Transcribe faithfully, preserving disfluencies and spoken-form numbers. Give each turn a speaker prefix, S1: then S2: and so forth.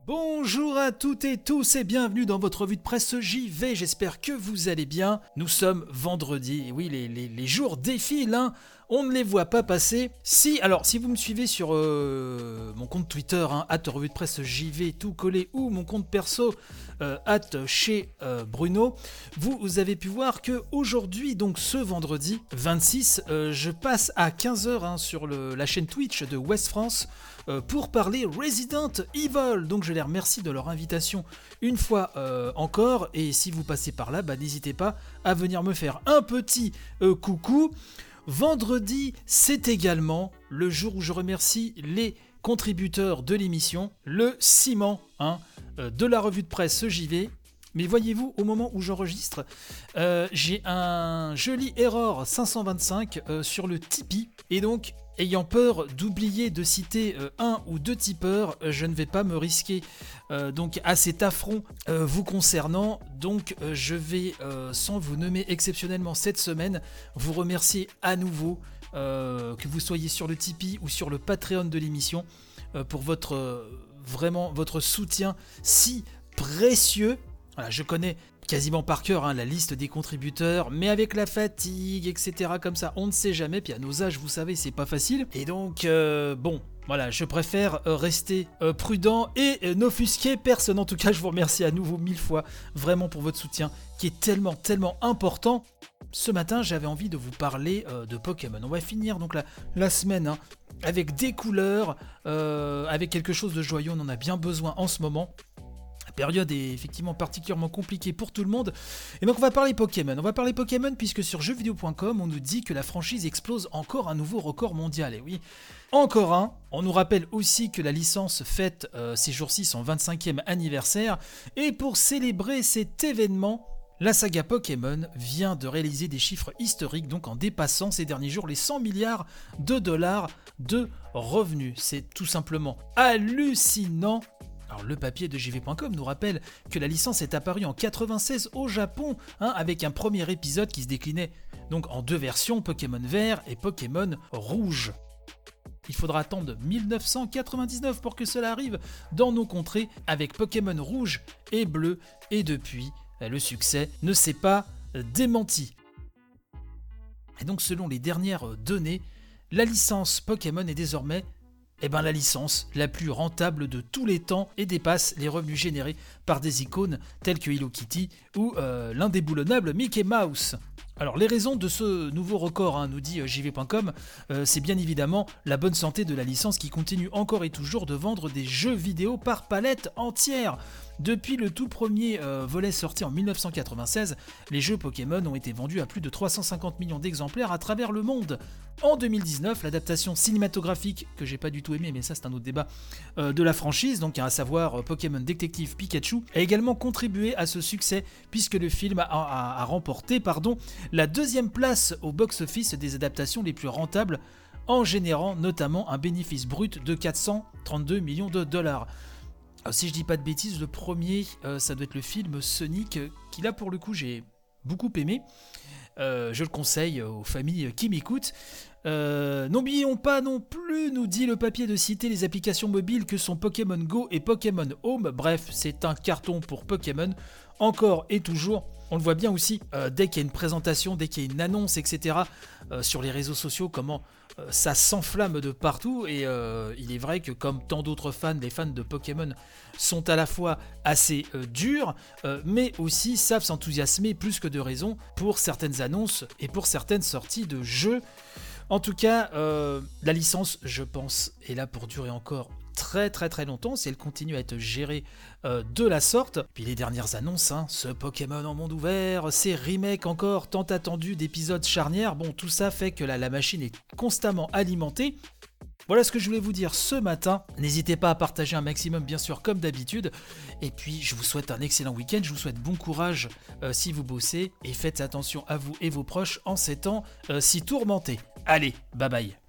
S1: Bonjour à toutes et tous et bienvenue dans votre revue de presse J V, j'espère que vous allez bien. Nous sommes vendredi, et oui les, les, les jours défilent, hein. On ne les voit pas passer. Si, alors si vous me suivez sur euh, mon compte Twitter, hein, at revue de presse J V tout collé, ou mon compte perso, euh, at chez euh, Bruno, vous, vous avez pu voir que aujourd'hui, donc ce vendredi vingt-six, euh, je passe à quinze heures hein, sur le, la chaîne Twitch de West France euh, pour parler Resident Evil. Donc je les remercie de leur invitation une fois euh, encore, et si vous passez par là, bah, n'hésitez pas à venir me faire un petit euh, coucou. Vendredi, c'est également le jour où je remercie les contributeurs de l'émission, le ciment hein, de la revue de presse J V. Mais voyez-vous, au moment où j'enregistre, euh, j'ai un joli erreur cinq cent vingt-cinq euh, sur le Tipeee. Et donc, ayant peur d'oublier de citer euh, un ou deux tipeurs, euh, je ne vais pas me risquer euh, donc à cet affront euh, vous concernant. Donc, euh, je vais, euh, sans vous nommer exceptionnellement cette semaine, vous remercier à nouveau, euh, que vous soyez sur le Tipeee ou sur le Patreon de l'émission, euh, pour votre, euh, vraiment, votre soutien si précieux. Voilà, je connais quasiment par cœur hein, la liste des contributeurs, mais avec la fatigue, et cetera comme ça, on ne sait jamais. Puis à nos âges, vous savez, c'est pas facile. Et donc, euh, bon, voilà, je préfère euh, rester euh, prudent et euh, n'offusquer personne. En tout cas, je vous remercie à nouveau mille fois, vraiment pour votre soutien, qui est tellement, tellement important. Ce matin, j'avais envie de vous parler euh, de Pokémon. On va finir donc la, la semaine hein, avec des couleurs, euh, avec quelque chose de joyeux. On en a bien besoin en ce moment. La période est effectivement particulièrement compliquée pour tout le monde. Et donc on va parler Pokémon. On va parler Pokémon puisque sur jeux vidéo point com, on nous dit que la franchise explose encore un nouveau record mondial. Et oui, encore un. On nous rappelle aussi que la licence fête euh, ces jours-ci son vingt-cinquième anniversaire. Et pour célébrer cet événement, la saga Pokémon vient de réaliser des chiffres historiques, donc en dépassant ces derniers jours les cent milliards de dollars de revenus. C'est tout simplement hallucinant. Alors le papier de J V point com nous rappelle que la licence est apparue en quatre-vingt-seize au Japon, hein, avec un premier épisode qui se déclinait donc en deux versions, Pokémon Vert et Pokémon Rouge. Il faudra attendre dix-neuf cent quatre-vingt-dix-neuf pour que cela arrive dans nos contrées avec Pokémon Rouge et Bleu, et depuis, le succès ne s'est pas démenti. Et donc selon les dernières données, la licence Pokémon est désormais Eh ben la licence la plus rentable de tous les temps et dépasse les revenus générés par des icônes telles que Hello Kitty ou euh, l'indéboulonnable Mickey Mouse. Alors les raisons de ce nouveau record, hein, nous dit J V point com, euh, c'est bien évidemment la bonne santé de la licence qui continue encore et toujours de vendre des jeux vidéo par palette entière. Depuis le tout premier euh, volet sorti en dix-neuf cent quatre-vingt-seize, les jeux Pokémon ont été vendus à plus de trois cent cinquante millions d'exemplaires à travers le monde. En deux mille dix-neuf, l'adaptation cinématographique, que j'ai pas du tout aimé, mais ça c'est un autre débat, euh, de la franchise, donc à savoir euh, Pokémon Detective Pikachu, a également contribué à ce succès puisque le film a, a, a remporté pardon, la deuxième place au box-office des adaptations les plus rentables, en générant notamment un bénéfice brut de quatre cent trente-deux millions de dollars. Alors, si je dis pas de bêtises, le premier, euh, ça doit être le film Sonic, euh, qui là pour le coup j'ai beaucoup aimé. Euh, je le conseille aux familles qui m'écoutent. Euh, N'oublions pas non plus, nous dit le papier, de citer les applications mobiles que sont Pokémon Go et Pokémon Home. Bref, c'est un carton pour Pokémon, encore et toujours. On le voit bien aussi, euh, dès qu'il y a une présentation, dès qu'il y a une annonce, et cetera, euh, sur les réseaux sociaux, comment euh, ça s'enflamme de partout. Et euh, il est vrai que comme tant d'autres fans, les fans de Pokémon sont à la fois assez euh, durs, euh, mais aussi savent s'enthousiasmer plus que de raison pour certaines annonces et pour certaines sorties de jeux. En tout cas, euh, la licence, je pense, est là pour durer encore très très très longtemps si elle continue à être gérée euh, de la sorte. Puis les dernières annonces, hein, ce Pokémon en monde ouvert, ces remakes encore tant attendus d'épisodes charnières, bon tout ça fait que la, la machine est constamment alimentée. Voilà ce que je voulais vous dire ce matin. N'hésitez pas à partager un maximum, bien sûr, comme d'habitude. Et puis, je vous souhaite un excellent week-end. Je vous souhaite bon courage euh, si vous bossez. Et faites attention à vous et vos proches en ces temps euh, si tourmentés. Allez, bye bye.